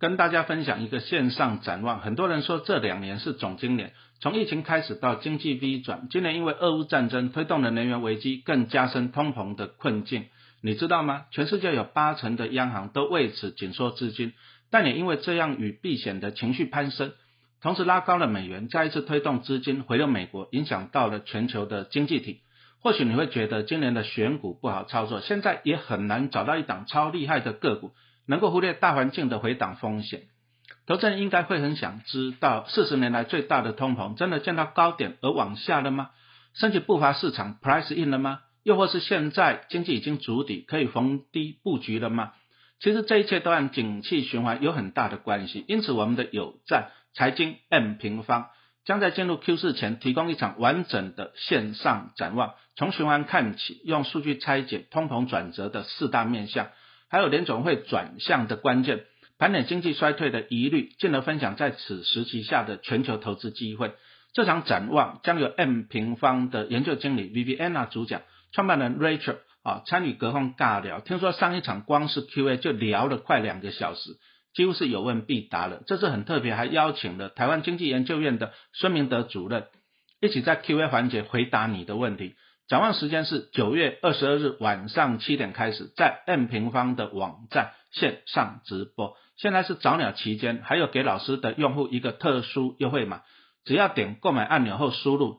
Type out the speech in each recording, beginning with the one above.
跟大家分享一个线上展望。很多人说这2年是总经年，从疫情开始到经济 V 转，今年因为俄乌战争推动了能源危机，更加深通膨的困境。你知道吗？全世界有80%的央行都为此紧缩资金，但也因为这样与避险的情绪攀升，同时拉高了美元，再一次推动资金回流美国，影响到了全球的经济体。或许你会觉得今年的选股不好操作，现在也很难找到一档超厉害的个股能够忽略大环境的回档风险。投资人应该会很想知道40年来最大的通膨真的见到高点而往下了吗？升息步伐市场 price in 了吗？又或是现在经济已经筑底，可以逢低布局了吗？其实这一切都和景气循环有很大的关系，因此我们的有赞财经 M 平方将在进入 Q4 前提供一场完整的线上展望，从循环看起，用数据拆解通膨转折的4大面向，还有联总会转向的关键，盘点经济衰退的疑虑，进而分享在此时期下的全球投资机会。这场展望将由 M 平方的研究经理 Viviana 主讲，创办人 Rachel 参与隔空尬聊，听说上一场光是 QA 就聊了快2个小时，几乎是有问必答了。这次很特别，还邀请了台湾经济研究院的孙明德主任一起在 QA 环节回答你的问题。展望时间是9月22日晚上7点开始，在 M 平方的网站线上直播。现在是早鸟期间，还有给老师的用户一个特殊优惠码，只要点购买按钮后输入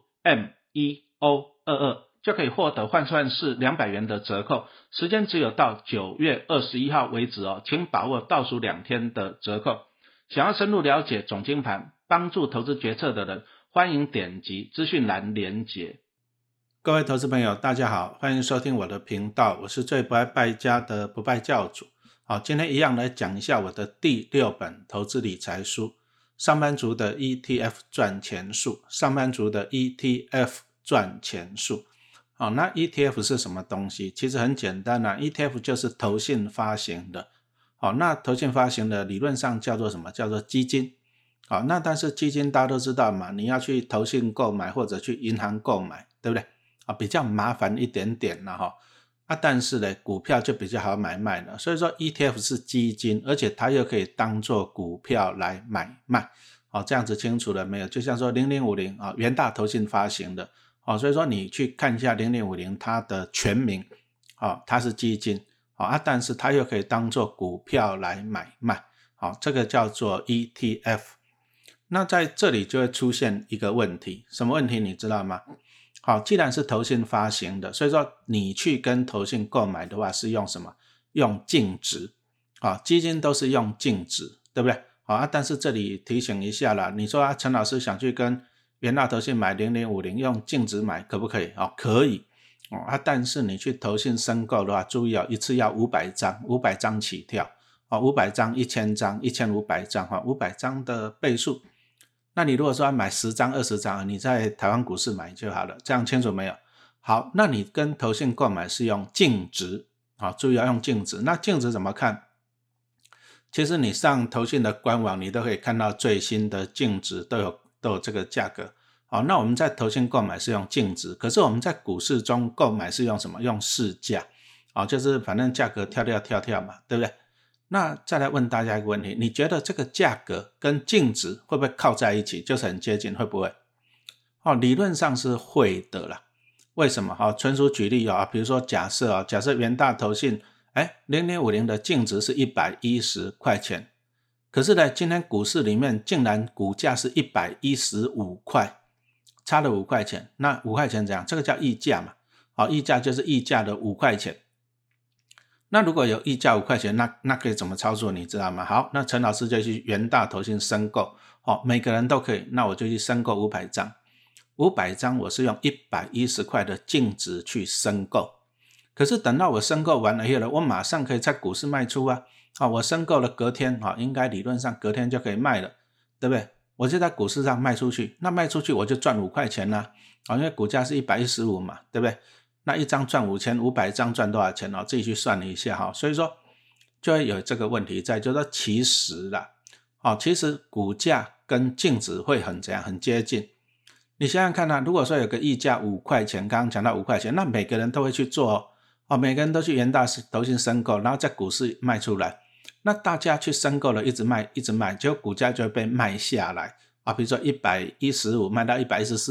MEO22 就可以获得换算是200元的折扣，时间只有到9月21号为止请把握倒数2天的折扣。想要深入了解总经盘，帮助投资决策的人，欢迎点击资讯栏连结。各位投资朋友大家好，欢迎收听我的频道，我是最不爱败家的不败教主。今天一样来讲一下我的第6本投资理财书，上班族的 ETF 赚钱术，上班族的 ETF 赚钱术。那 ETF 是什么东西？其实很简单ETF 就是投信发行的。那投信发行的理论上叫做什么？叫做基金。那但是基金大家都知道嘛，你要去投信购买或者去银行购买，对不对？比较麻烦一点点啦但是呢，股票就比较好买卖了。所以说 ETF 是基金，而且它又可以当作股票来买卖。这样子清楚了没有？就像说0050元大投信发行的。所以说你去看一下0050它的全名，它是基金，但是它又可以当作股票来买卖，这个叫做 ETF。 那在这里就会出现一个问题，什么问题你知道吗？既然是投信发行的，所以说你去跟投信购买的话是用什么？用净值。基金都是用净值，对不对？但是这里提醒一下啦，你说陈老师想去跟元大投信买0050用净值买可不可以？可以。但是你去投信申购的话，注意一次要500张，500张起跳，500张、1000张、1500张，500张的倍数。那你如果说要买10张、20张，你在台湾股市买就好了，这样清楚没有？好，那你跟投信购买是用净值，注意要用净值。那净值怎么看？其实你上投信的官网，你都可以看到最新的净值都有这个价格。那我们在投信购买是用净值，可是我们在股市中购买是用什么？用市价。就是反正价格跳嘛，对不对？那再来问大家一个问题，你觉得这个价格跟净值会不会靠在一起，就是很接近，会不会？理论上是会的啦。为什么？纯属举例比如说假设元大投信0050的净值是110块钱，可是呢今天股市里面竟然股价是115块，差了5块钱，那5块钱怎样？这个叫溢价嘛。溢价就是溢价的5块钱。那如果有溢价5块钱，那可以怎么操作你知道吗？好，那陈老师就去元大投信申购，每个人都可以，那我就去申购500张，500张我是用110块的净值去申购。可是等到我申购完了以后，我马上可以在股市卖出我申购了隔天应该理论上隔天就可以卖了，对不对？我就在股市上卖出去，那卖出去我就赚5块钱啦，因为股价是115嘛，对不对？那一张赚5000 ，500张赚多少钱自己去算了一下所以说就会有这个问题在，就是说其实啦其实股价跟净值会很怎样？很接近。你想想看如果说有个溢价5块钱，刚刚讲到5块钱，那每个人都会去做每个人都去元大投信申购，然后在股市卖出来， 那大家去申购了，一直卖一直卖，结果股价就会被卖下来啊。比如说115卖到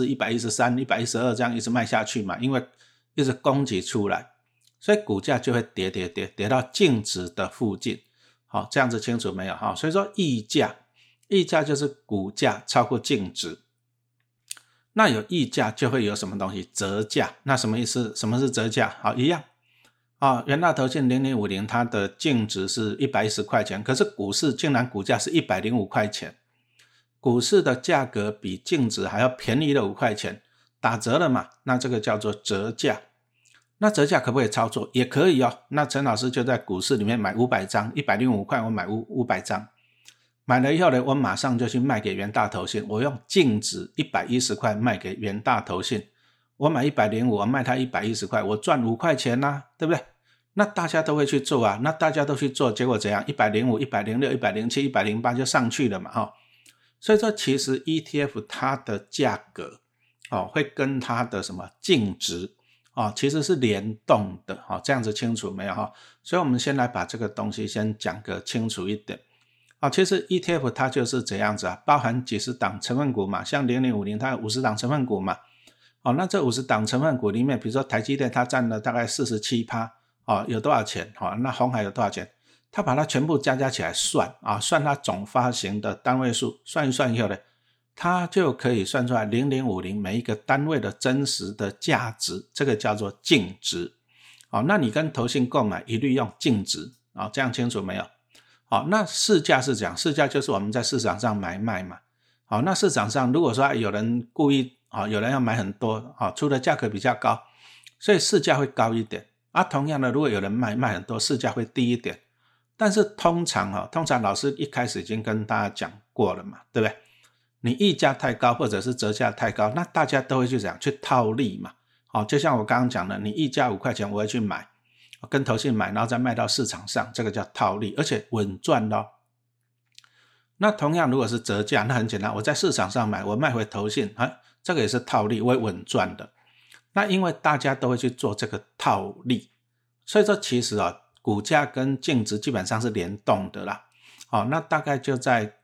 114、113、112这样一直卖下去嘛，因为一直供给出来，所以股价就会跌到净值的附近。好，这样子清楚没有？所以说溢价就是股价超过净值。那有溢价就会有什么东西？折价。那什么意思？什么是折价？好，一样元大投信0050它的净值是110块钱，可是股市竟然股价是105块钱，股市的价格比净值还要便宜了5块钱，打折了嘛，那这个叫做折价。那折价可不可以操作？也可以哦。那陈老师就在股市里面买500张，105块我买500张，买了以后呢，我马上就去卖给元大投信，我用净值110块卖给元大投信，我买105，我卖他110块，我赚5块钱啊，对不对？那大家都会去做啊，那大家都去做，结果怎样？105、106、107、108就上去了嘛，所以说其实 ETF 它的价格会跟它的什么净值其实是联动的这样子清楚没有所以我们先来把这个东西先讲个清楚一点其实 ETF 它就是这样子包含几十档成分股嘛，像0050它有50档成分股嘛那这50档成分股里面，比如说台积电它占了大概 47%有多少钱那鸿海有多少钱，他把它全部加起来算算它总发行的单位数，算一算以后呢，它就可以算出来0050每一个单位的真实的价值，这个叫做净值那你跟投信购买一律用净值这样清楚没有那市价是这样，市价就是我们在市场上买卖嘛那市场上如果说有人故意有人要买很多出的价格比较高，所以市价会高一点同样的如果有人卖很多，市价会低一点，但是通常老师一开始已经跟大家讲过了嘛，对不对？你溢价太高或者是折价太高，那大家都会去去套利嘛就像我刚刚讲的，你溢价5块钱我会去买，跟投信买，然后再卖到市场上，这个叫套利，而且稳赚咯那同样如果是折价，那很简单，我在市场上买，我卖回投信这个也是套利，我会稳赚的。那因为大家都会去做这个套利，所以说其实股价跟净值基本上是联动的啦那大概就在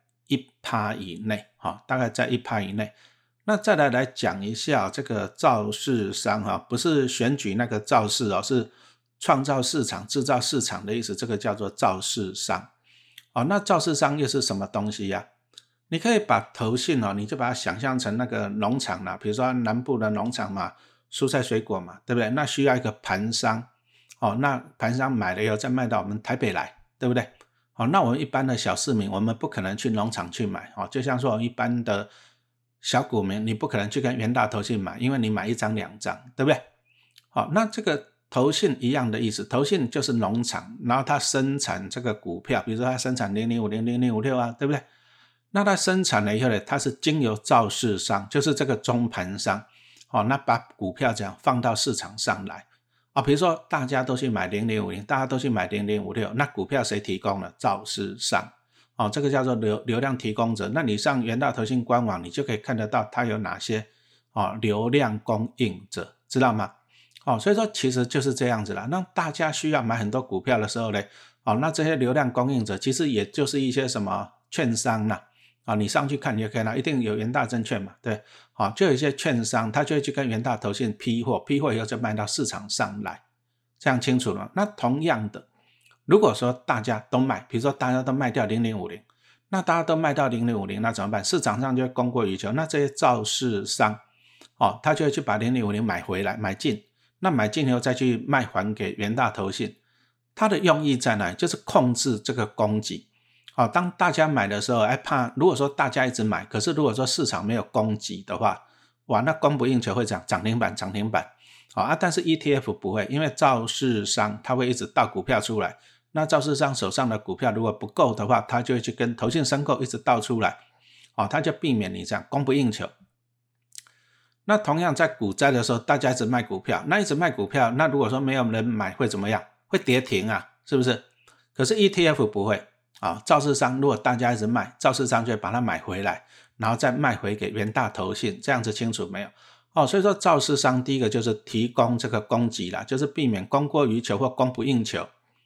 1% 以内大概在 1% 以内。那再来讲一下这个造市商不是选举那个造市是创造市场制造市场的意思，这个叫做造市商那造市商又是什么东西呀你可以把投信你就把它想象成那个农场啦，比如说南部的农场嘛，蔬菜水果嘛，对不对？那需要一个盘商那盘商买了以后再卖到我们台北来，对不对？那我们一般的小市民，我们不可能去农场去买就像说我们一般的小股民，你不可能去跟元大投信买，因为你买1张2张，对不对？那这个投信一样的意思，投信就是农场，然后它生产这个股票，比如说它生产0050、0056对不对？那它生产了以后呢，它是经由造市商，就是这个中盘商那把股票这样放到市场上来比如说大家都去买0050，大家都去买0056，那股票谁提供了？造市商这个叫做流量提供者。那你上元大投信官网，你就可以看得到它有哪些流量供应者，知道吗？所以说其实就是这样子啦。那大家需要买很多股票的时候呢那这些流量供应者其实也就是一些什么券商啦你上去看你就可以了，一定有元大证券嘛，对就有一些券商他就会去跟元大投信批货以后就卖到市场上来，这样清楚了吗？那同样的，如果说大家都卖，比如说大家都卖掉0050，那大家都卖到0050，那怎么办？市场上就会供过于求，那这些造市商他就会去把0050买回来，买进，那买进以后再去卖还给元大投信，它的用意在哪里？就是控制这个供给当大家买的时候怕如果说大家一直买，可是如果说市场没有供给的话，哇，那供不应求会涨停板但是 ETF 不会，因为造市商他会一直倒股票出来，那造市商手上的股票如果不够的话，他就会去跟投信申购一直倒出来他就避免你这样供不应求。那同样在股灾的时候，大家一直卖股票，那一直卖股票，那如果说没有人买会怎么样？会跌停是不是？可是 ETF 不会造市商如果大家一直卖，造市商就会把它买回来，然后再卖回给元大投信，这样子清楚没有所以说造市商第一个就是提供这个供给啦，就是避免供过于求或供不应求。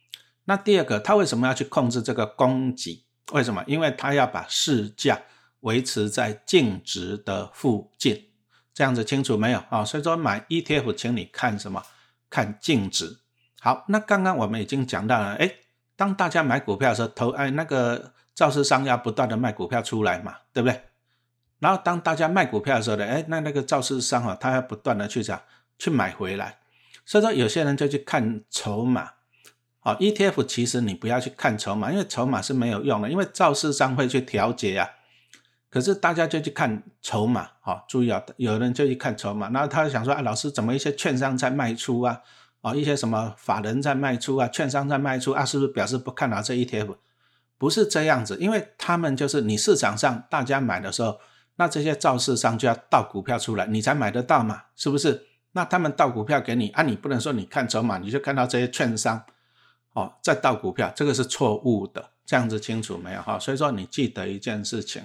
那第二个，它为什么要去控制这个供给？为什么？因为它要把市价维持在净值的附近，这样子清楚没有？所以说买 ETF 请你看什么？看净值。好，那刚刚我们已经讲到了，当大家买股票的时候，那个造市商要不断的卖股票出来嘛，对不对？然后当大家卖股票的时候呢，那个造市商他要不断的去买回来，所以说有些人就去看筹码。ETF 其实你不要去看筹码，因为筹码是没有用的，因为造市商会去调节啊。可是大家就去看筹码，注意有人就去看筹码，然后他就想说老师怎么一些券商在卖出啊，一些什么法人在卖出啊，券商在卖出啊，是不是表示不看好这 ETF？ 不是这样子，因为他们就是你市场上大家买的时候，那这些造市商就要倒股票出来，你才买得到嘛，是不是？那他们倒股票给你你不能说你看筹码你就看到这些券商在倒股票，这个是错误的，这样子清楚没有？所以说你记得一件事情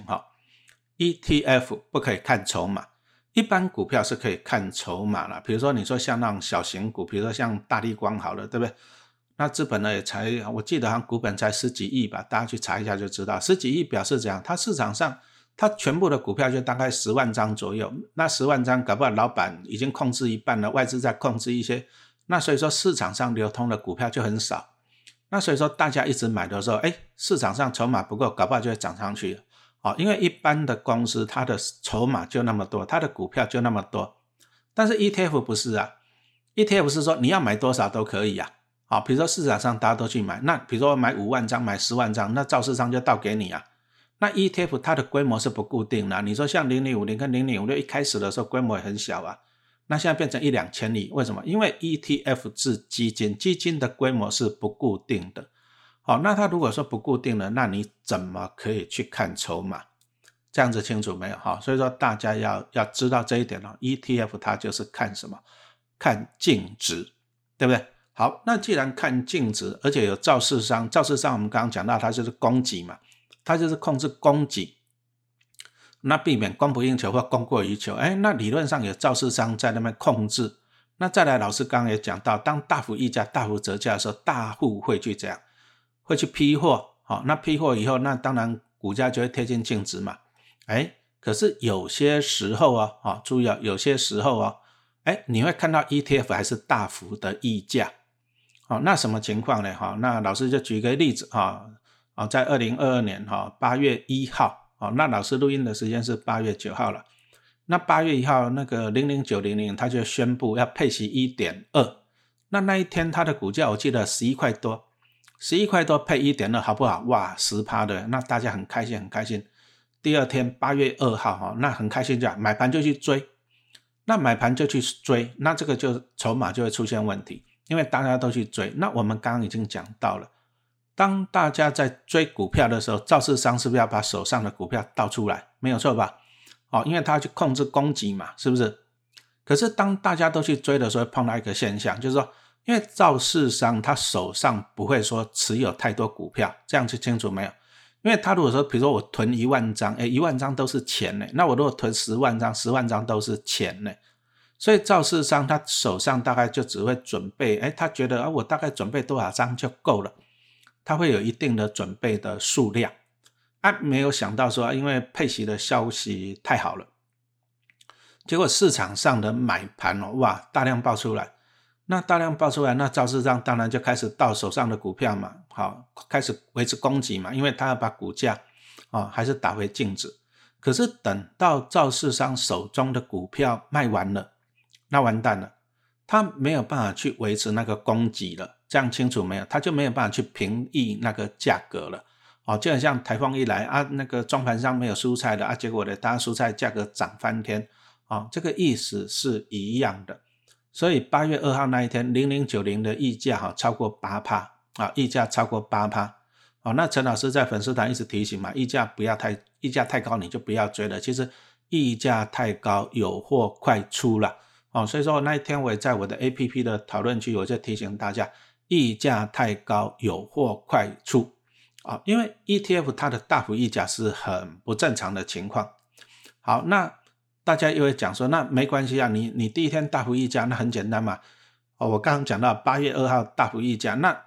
ETF 不可以看筹码，一般股票是可以看筹码啦，比如说你说像那种小型股，比如说像大立光好了，对不对？那资本呢也才，我记得好像股本才10几亿吧，大家去查一下就知道，10几亿表示怎样？它市场上它全部的股票就大概10万张左右，那10万张搞不好老板已经控制一半了，外资在控制一些，那所以说市场上流通的股票就很少，那所以说大家一直买的时候，市场上筹码不够，搞不好就会涨上去了。因为一般的公司它的筹码就那么多，它的股票就那么多，但是 ETF 不是啊， ETF 是说你要买多少都可以啊。比如说市场上大家都去买，那比如说买5万张买10万张，那造市商就倒给你啊。那 ETF 它的规模是不固定的，你说像0050跟0056一开始的时候规模也很小啊，那现在变成1-2千亿，为什么？因为 ETF 是基金，基金的规模是不固定的。那它如果说不固定的，那你怎么可以去看筹码？这样子清楚没有？所以说大家要知道这一点ETF 它就是看什么？看净值，对不对？好，那既然看净值，而且有造市商，造市商我们刚刚讲到它就是供给嘛，它就是控制供给，那避免供不应求或供过于求，那理论上有造市商在那边控制。那再来老师刚刚也讲到，当大幅溢价大幅折价的时候，大户会去这样，会去批货，那批货以后，那当然股价就会贴近净值嘛。可是有些时候注意有些时候你会看到 ETF 还是大幅的溢价。那什么情况呢？那老师就举个例子在2022年8月1号那老师录音的时间是8月9号了。那8月1号那个00900他就宣布要配息 1.2， 那一天他的股价我记得11块多，11块多配 1.2 好不好？哇 10% 的，那大家很开心很开心。第二天8月2号那很开心这样，买盘就去追，那买盘就去追，那这个就筹码就会出现问题，因为大家都去追。那我们刚刚已经讲到了，当大家在追股票的时候，造市商是不是要把手上的股票倒出来？没有错吧？因为他要去控制供给嘛，是不是？可是当大家都去追的时候，碰到一个现象，就是说因为造市商他手上不会说持有太多股票，这样就清楚没有？因为他如果说比如说我囤1万张，1万张都是钱呢，那我如果囤10万张，10万张都是钱呢，所以造市商他手上大概就只会准备，他觉得我大概准备多少张就够了，他会有一定的准备的数量。没有想到说因为配息的消息太好了，结果市场上的买盘哇大量爆出来，那大量爆出来，那造市商当然就开始倒手上的股票嘛，开始维持供给嘛，因为他要把股价还是打回净值。可是等到造市商手中的股票卖完了，那完蛋了，他没有办法去维持那个供给了，这样清楚没有？他就没有办法去平抑那个价格了。就很像台风一来那个装盘商没有蔬菜的结果呢，大家蔬菜价格涨翻天这个意思是一样的。所以8月2号那一天0090的溢价超过 8%溢价超过 8%那陈老师在粉丝团一直提醒嘛，溢价太高你就不要追了，其实溢价太高有货快出了所以说那一天我也在我的 APP 的讨论区我就提醒大家，溢价太高有货快出因为 ETF 它的大幅溢价是很不正常的情况。好，那大家又会讲说那没关系你第一天大幅溢价那很简单嘛我刚刚讲到8月2号大幅溢价，那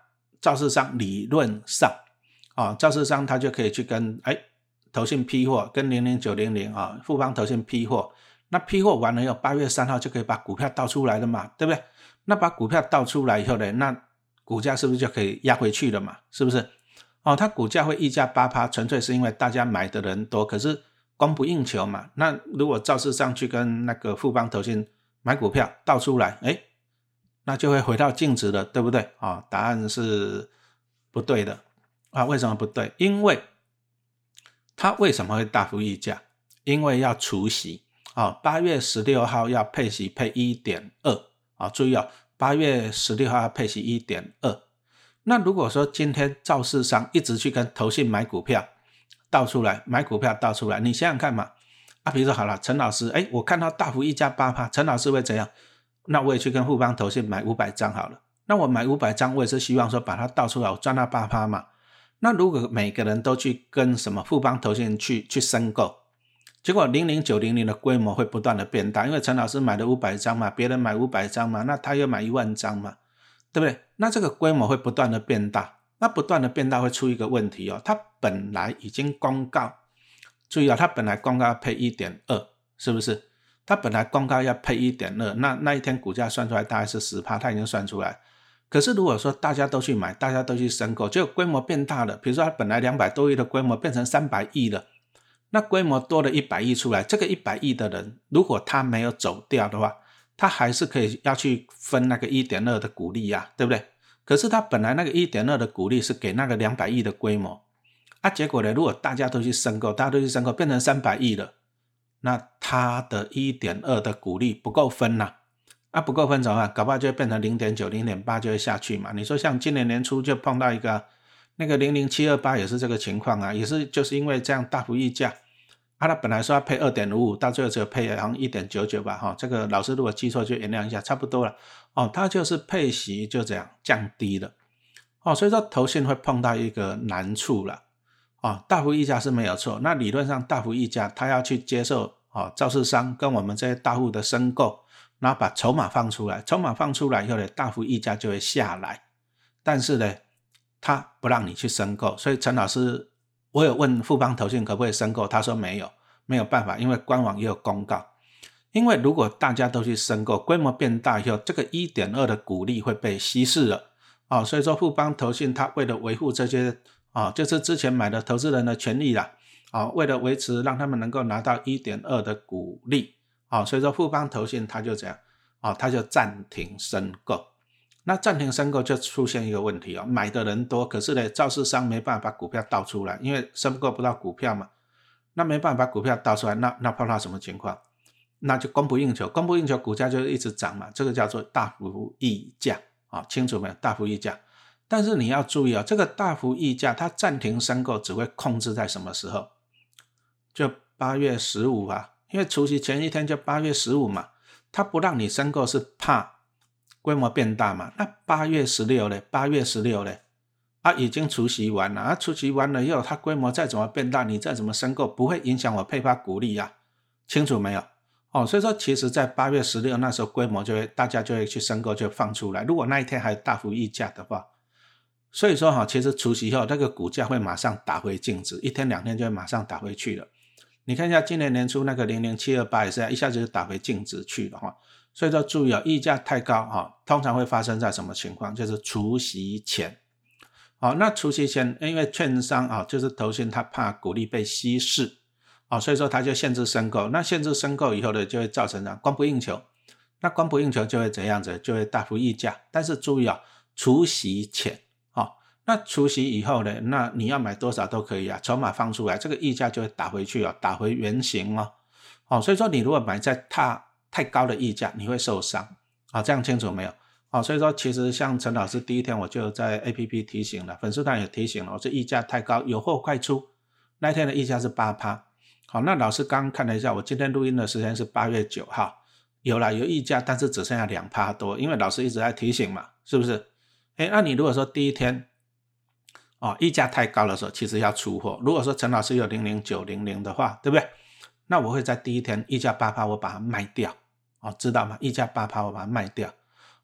造市商理论上造市商他就可以去跟投信批货，跟00900富邦投信批货，那批货完了以后8月3号就可以把股票倒出来了嘛，对不对？那把股票倒出来以后呢，那股价是不是就可以压回去了嘛？是不是？它股价会溢价 8%， 纯粹是因为大家买的人多，可是供不应求嘛。那如果造市商去跟那个富邦投信买股票倒出来，那就会回到净值了，对不对？答案是不对的为什么不对？因为它为什么会大幅溢价？因为要除息8月16号要配息配 1.2 注意8月16号要配息 1.2。 那如果说今天造市商一直去跟投信买股票倒出来，买股票倒出来，你想想看嘛比如说好了，陈老师我看到大幅溢价 8%， 陈老师会怎样？那我也去跟富邦投信买500张好了，那我买500张我也是希望说把它倒出来，我赚到 8% 嘛。那如果每个人都去跟什么富邦投信去申购，结果00900的规模会不断的变大，因为陈老师买了500张嘛，别人买500张嘛，那他又买10000张嘛，对不对？那这个规模会不断的变大，那不断的变大会出一个问题他本来已经公告，注意他本来公告要配 1.2， 是不是？他本来公告要配 1.2， 那一天股价算出来大概是 10%， 他已经算出来。可是如果说大家都去买，大家都去申购，结果规模变大了，比如说他本来200多亿的规模变成300亿了，那规模多了100亿出来，这个100亿的人如果他没有走掉的话，他还是可以要去分那个 1.2 的股利对不对？可是他本来那个 1.2 的股利是给那个200亿的规模结果呢，如果大家都去申购，变成300亿了，那他的 1.2 的股利不够分不够分怎么办？搞不好就会变成 0.9 0.8 就会下去嘛。你说像今年年初就碰到一个那个00728也是这个情况也是就是因为这样大幅溢价他本来说要配 2.55， 到最后只有配好像 1.99 吧这个老师如果记错就原谅一下，差不多了他就是配息就这样降低了所以说投信会碰到一个难处了大幅溢价是没有错，那理论上大幅溢价他要去接受造市商跟我们这些大户的申购，然后把筹码放出来，筹码放出来以后呢，大幅溢价就会下来，但是呢他不让你去申购，所以陈老师我有问富邦投信可不可以申购，他说没有办法，因为官网也有公告，因为如果大家都去申购，规模变大以后，这个 1.2 的股利会被稀释了所以说富邦投信他为了维护这些就是之前买的投资人的权利啦为了维持让他们能够拿到 1.2 的股利所以说富邦投信他就这样他就暂停申购。那暂停申购就出现一个问题买的人多，可是呢造市商没办法把股票倒出来，因为申购不到股票嘛，那没办法把股票倒出来，那碰到什么情况？那就供不应求，供不应求股价就一直涨嘛，这个叫做大幅溢价清楚没有？大幅溢价。但是你要注意这个大幅溢价它暂停申购只会控制在什么时候？就8月15因为除夕前一天就8月15嘛，它不让你申购是怕规模变大嘛，那8月16呢？8月16呢？已经除夕完了除夕完了以后它规模再怎么变大，你再怎么申购不会影响我配发股利清楚没有？所以说其实在8月16那时候规模就会大家就会去申购就放出来，如果那一天还有大幅溢价的话，所以说其实除夕后那个股价会马上打回净值，一天两天就会马上打回去了。你看一下今年年初那个00728也是一下子就打回净值去了所以说注意溢价太高通常会发生在什么情况？就是除夕前那除夕前因为券商就是投信他怕股利被稀释所以说他就限制申购，那限制申购以后呢就会造成供不应求，那供不应求就会怎样子？就会大幅溢价。但是注意除夕前那除夕以后呢，那你要买多少都可以筹码放出来，这个溢价就会打回去打回原形所以说你如果买在太高的溢价你会受伤这样清楚没有？所以说其实像陈老师第一天我就在 APP 提醒了，粉丝团也提醒了，这溢价太高，有货快出。那一天的溢价是 8%。那老师刚刚看了一下，我今天录音的时间是8月9号，有溢价，但是只剩下 2% 多，因为老师一直在提醒嘛，是不是？那你如果说第一天溢价太高的时候其实要出货，如果说陈老师有00900的话，对不对？那我会在第一天溢价 8% 我把它卖掉知道吗？溢价 8% 我把它卖掉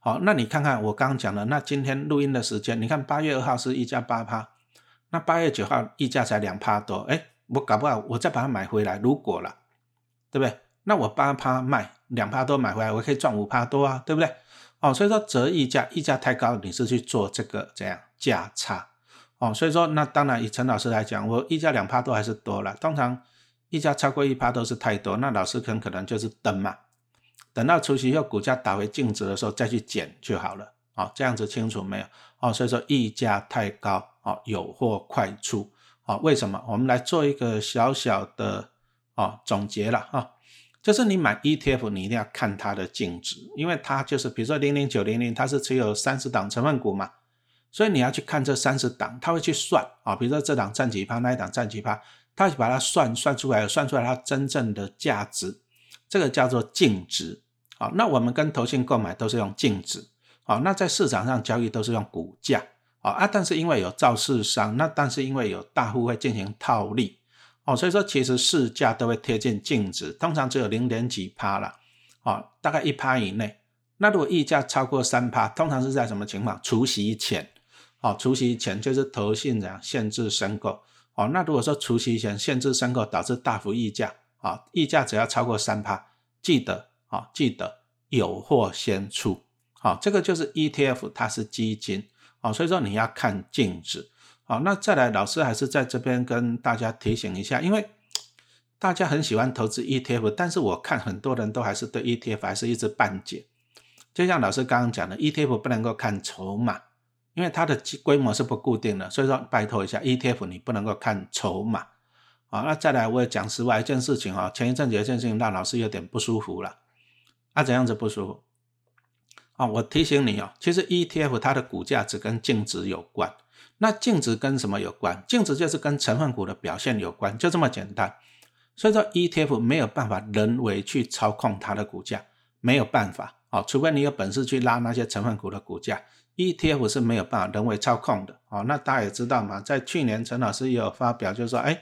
好，那你看看我刚刚讲的，那今天录音的时间，你看8月2号是溢价 8%， 那8月9号溢价才 2% 多，我搞不好我再把它买回来，如果啦，对不对？那我 8% 卖 2% 多买回来，我可以赚 5% 多啊，对不对？所以说折溢价，溢价太高，你是去做这个怎样价差所以说那当然以陈老师来讲，我溢价 2% 多还是多了，通常溢价超过 1% 都是太多，那老师可能就是等嘛，等到除息后股价打回净值的时候再去减就好了这样子清楚没有所以说溢价太高有货快出为什么？我们来做一个小小的总结了就是你买 ETF 你一定要看它的净值，因为它就是比如说00900它是持有30档成分股嘛，所以你要去看这30档，它会去算比如说这档占几趴，那一档占几趴，它会把它算出来它真正的价值，这个叫做净值那我们跟投信购买都是用净值那在市场上交易都是用股价但是因为有造市商，但是因为有大户会进行套利所以说其实市价都会贴近净值，通常只有 0. 几%啦大概 1% 以内。那如果溢价超过 3%， 通常是在什么情况？除息前除息前就是投信这样限制申购那如果说除息前限制申购导致大幅溢价溢价只要超过 3%， 记得有货先出这个就是 ETF 它是基金所以说你要看净值那再来老师还是在这边跟大家提醒一下，因为大家很喜欢投资 ETF， 但是我看很多人都还是对 ETF 还是一知半解。就像老师刚刚讲的 ETF 不能够看筹码，因为它的规模是不固定的，所以说拜托一下 ETF 你不能够看筹码那再来我也讲实话一件事情前一阵子有一件事情让老师有点不舒服了怎样子不舒服我提醒你其实 ETF 它的股价只跟净值有关，那净值跟什么有关？净值就是跟成分股的表现有关，就这么简单。所以说 ETF 没有办法人为去操控它的股价，没有办法除非你有本事去拉那些成分股的股价， ETF 是没有办法人为操控的那大家也知道嘛，在去年陈老师也有发表就是说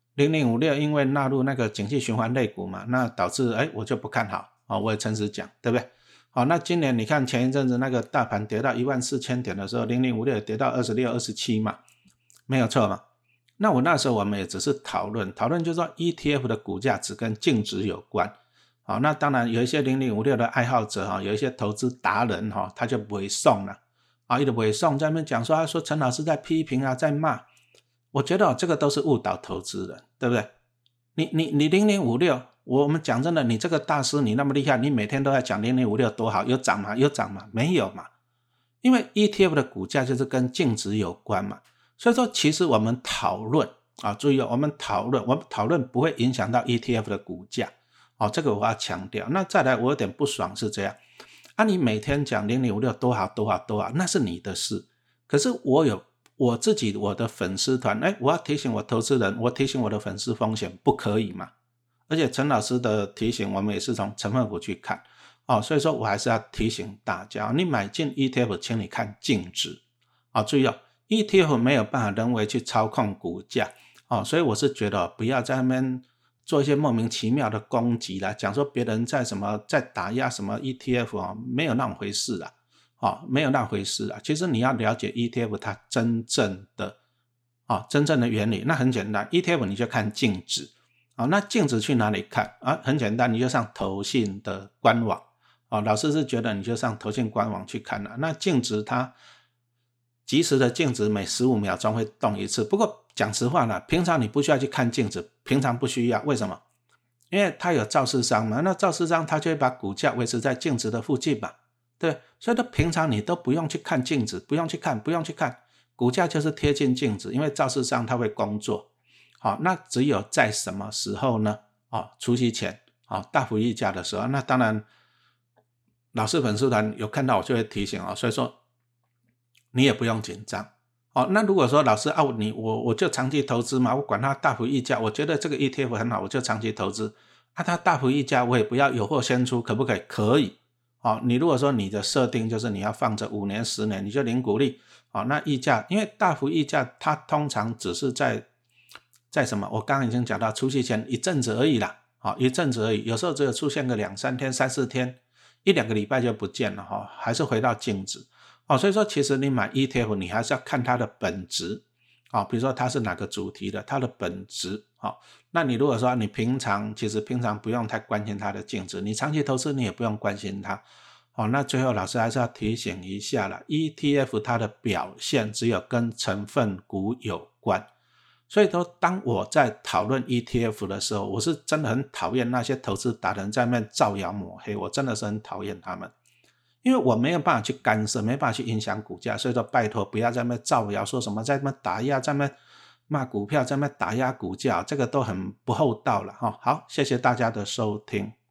0056因为纳入那个景气循环类股嘛，那导致我就不看好我也诚实讲，对不对？那今年你看前一阵子那个大盘跌到14000点的时候，0056也跌到26、27嘛，没有错嘛。那我那时候我们也只是讨论就是说 ETF 的股价只跟净值有关那当然有一些0056的爱好者有一些投资达人他就不会送了他就不会送，在那边讲说他说陈老师在批评在骂，我觉得这个都是误导投资人，对不对？你0056我们讲真的，你这个大师你那么厉害，你每天都在讲0056多好，有涨吗？有涨吗？没有嘛。因为 ETF 的股价就是跟净值有关嘛，所以说其实我们讨论注意我们讨论不会影响到 ETF 的股价这个我要强调。那再来我有点不爽是这样你每天讲0056多好多好多好，那是你的事，可是我自己我的粉丝团我要提醒我投资人，我提醒我的粉丝风险不可以嘛。而且陈老师的提醒我们也是从成分股去看所以说我还是要提醒大家，你买进 ETF 请你看净值注意ETF 没有办法人为去操控股价所以我是觉得不要在那边做一些莫名其妙的攻击啦，讲说别人在打压什么 ETF 没有那回事啦没有那回事啦。其实你要了解 ETF 它真正的原理，那很简单， ETF 你就看净值那净值去哪里看很简单，你就上投信的官网老师是觉得你就上投信官网去看那净值它即时的净值每15秒钟会动一次，不过讲实话啦，平常你不需要去看净值，平常不需要，为什么？因为它有造市商嘛，那造市商它就会把股价维持在净值的附近嘛，对，所以平常你都不用去看净值，不用去看，股价就是贴近净值，因为造市商它会工作那只有在什么时候呢除息前大幅溢价的时候，那当然老师粉丝团有看到我就会提醒所以说你也不用紧张那如果说老师我就长期投资嘛，我管它大幅溢价，我觉得这个 ETF 很好，我就长期投资它大幅溢价我也不要有货先出，可不可以？可以你如果说你的设定就是你要放着5年10年，你就领股利那溢价，因为大幅溢价它通常只是在什么？我刚刚已经讲到除息前一阵子而已啦一阵子而已，有时候只有出现个2-3天3-4天， 1-2个礼拜就不见了还是回到净值所以说其实你买 ETF 你还是要看它的本质比如说它是哪个主题的，它的本质那你如果说你其实平常不用太关心它的净值，你长期投资你也不用关心它那最后老师还是要提醒一下啦， ETF 它的表现只有跟成分股有关，所以说当我在讨论 ETF 的时候，我是真的很讨厌那些投资达人在那边造谣抹黑，我真的是很讨厌他们，因为我没有办法去干涉，没办法去影响股价，所以说拜托不要在那边造谣，说什么在那边打压，在那边骂股票，在那边打压股价，这个都很不厚道了好，谢谢大家的收听。